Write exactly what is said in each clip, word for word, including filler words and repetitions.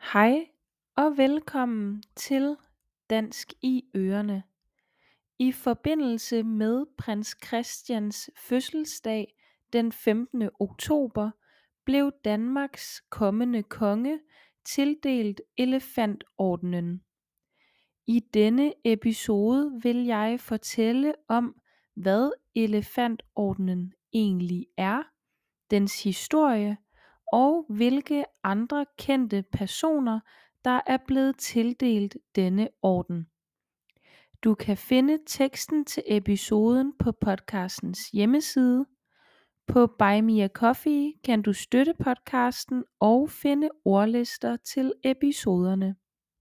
Hej og velkommen til Dansk i Ørene. I forbindelse med prins Christians fødselsdag den femtende oktober blev Danmarks kommende konge tildelt Elefantordenen. I denne episode vil jeg fortælle om, hvad Elefantordenen egentlig er, dens historie og hvilke andre kendte personer, der er blevet tildelt denne orden. Du kan finde teksten til episoden på podcastens hjemmeside. På Buy Me a Coffee kan du støtte podcasten og finde ordlister til episoderne.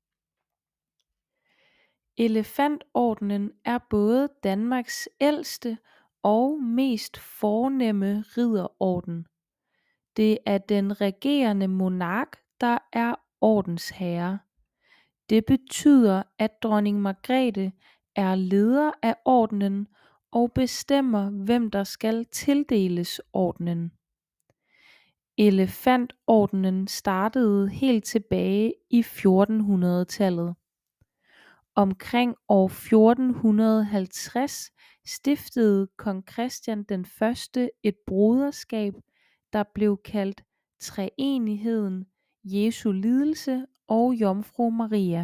Elefantordenen er både Danmarks ældste og mest fornemme ridderorden. Det er den regerende monark, der er ordensherre. Det betyder, at dronning Margrethe er leder af ordenen og bestemmer, hvem der skal tildeles ordenen. Elefantordenen startede helt tilbage i fjortenhundredetallet. Omkring år fjorten halvtreds stiftede kong Christian den første et broderskab, der blev kaldt Treenigheden, Jesu Lidelse og Jomfru Maria.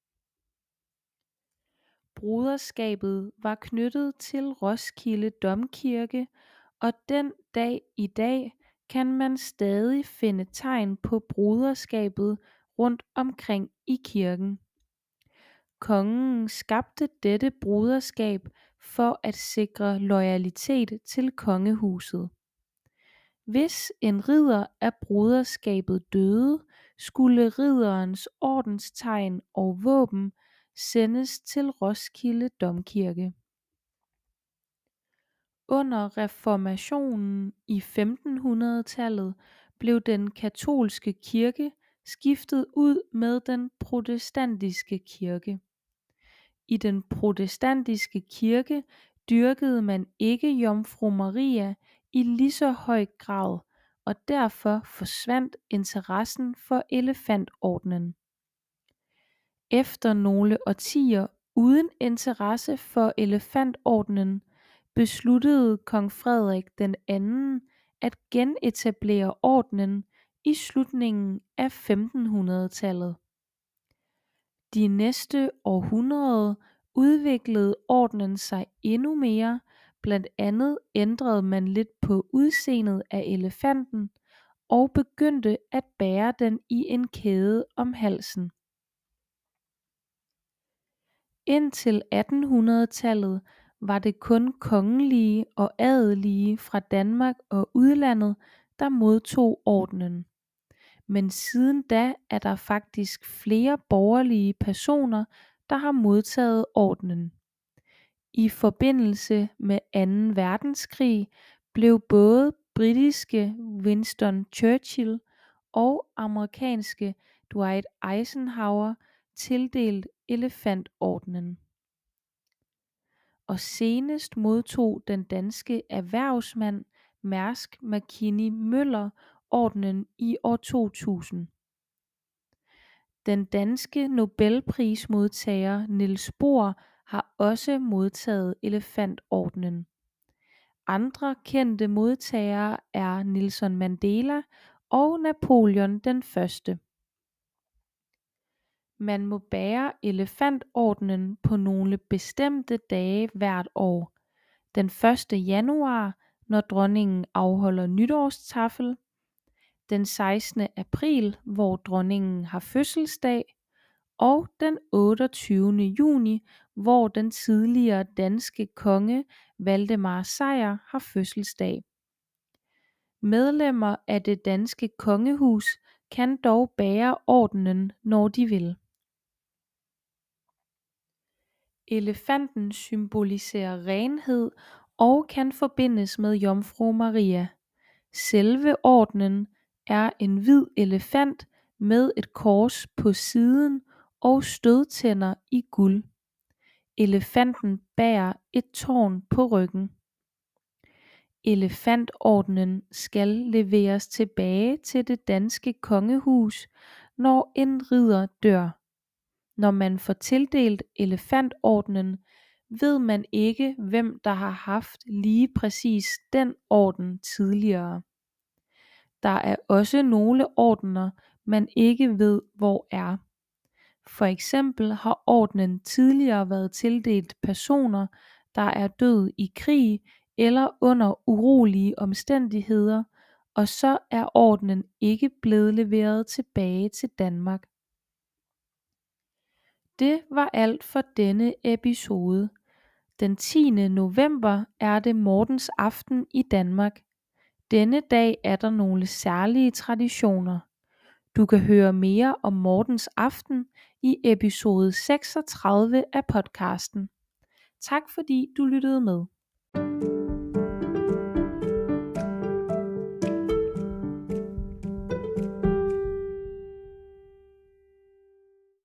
Broderskabet var knyttet til Roskilde Domkirke, og den dag i dag kan man stadig finde tegn på broderskabet rundt omkring i kirken. Kongen skabte dette broderskab for at sikre loyalitet til kongehuset. Hvis en ridder af broderskabet døde, skulle ridderens ordenstegn og våben sendes til Roskilde Domkirke. Under reformationen i femtenhundredetallet blev den katolske kirke skiftet ud med den protestantiske kirke. I den protestantiske kirke dyrkede man ikke Jomfru Maria i lige så høj grad, og derfor forsvandt interessen for Elefantordenen. Efter nogle årtier uden interesse for Elefantordenen, besluttede kong Frederik den anden at genetablere ordenen i slutningen af femtenhundredetallet. De næste århundreder udviklede ordenen sig endnu mere. Blandt andet ændrede man lidt på udseendet af elefanten og begyndte at bære den i en kæde om halsen. Indtil attenhundredetallet var det kun kongelige og adelige fra Danmark og udlandet, der modtog ordenen. Men siden da er der faktisk flere borgerlige personer, der har modtaget ordenen. I forbindelse med anden verdenskrig blev både britiske Winston Churchill og amerikanske Dwight Eisenhower tildelt Elefantordenen. Og senest modtog den danske erhvervsmand Mærsk Mc-Kinney Møller ordenen i år to tusind. Den danske Nobelprismodtager Niels Bohr har også modtaget Elefantordenen. Andre kendte modtagere er Nelson Mandela og Napoleon den første. Man må bære Elefantordenen på nogle bestemte dage hvert år. Den første januar, når dronningen afholder nytårstaffel. Den sekstende april, hvor dronningen har fødselsdag. Og den otteogtyvende juni, hvor den tidligere danske konge Valdemar Sejr har fødselsdag. Medlemmer af det danske kongehus kan dog bære ordenen, når de vil. Elefanten symboliserer renhed og kan forbindes med Jomfru Maria. Selve ordenen er en hvid elefant med et kors på siden og stødtænder i guld. Elefanten bærer et tårn på ryggen. Elefantordenen skal leveres tilbage til det danske kongehus, når en ridder dør. Når man får tildelt elefantordenen, ved man ikke, hvem der har haft lige præcis den orden tidligere. Der er også nogle ordener, man ikke ved, hvor er. For eksempel har ordenen tidligere været tildelt personer, der er død i krig eller under urolige omstændigheder, og så er ordenen ikke blevet leveret tilbage til Danmark. Det var alt for denne episode. Den tiende november er det Mortens aften i Danmark. Denne dag er der nogle særlige traditioner. Du kan høre mere om Mortens aften i episode seksogtredive af podcasten. Tak fordi du lyttede med.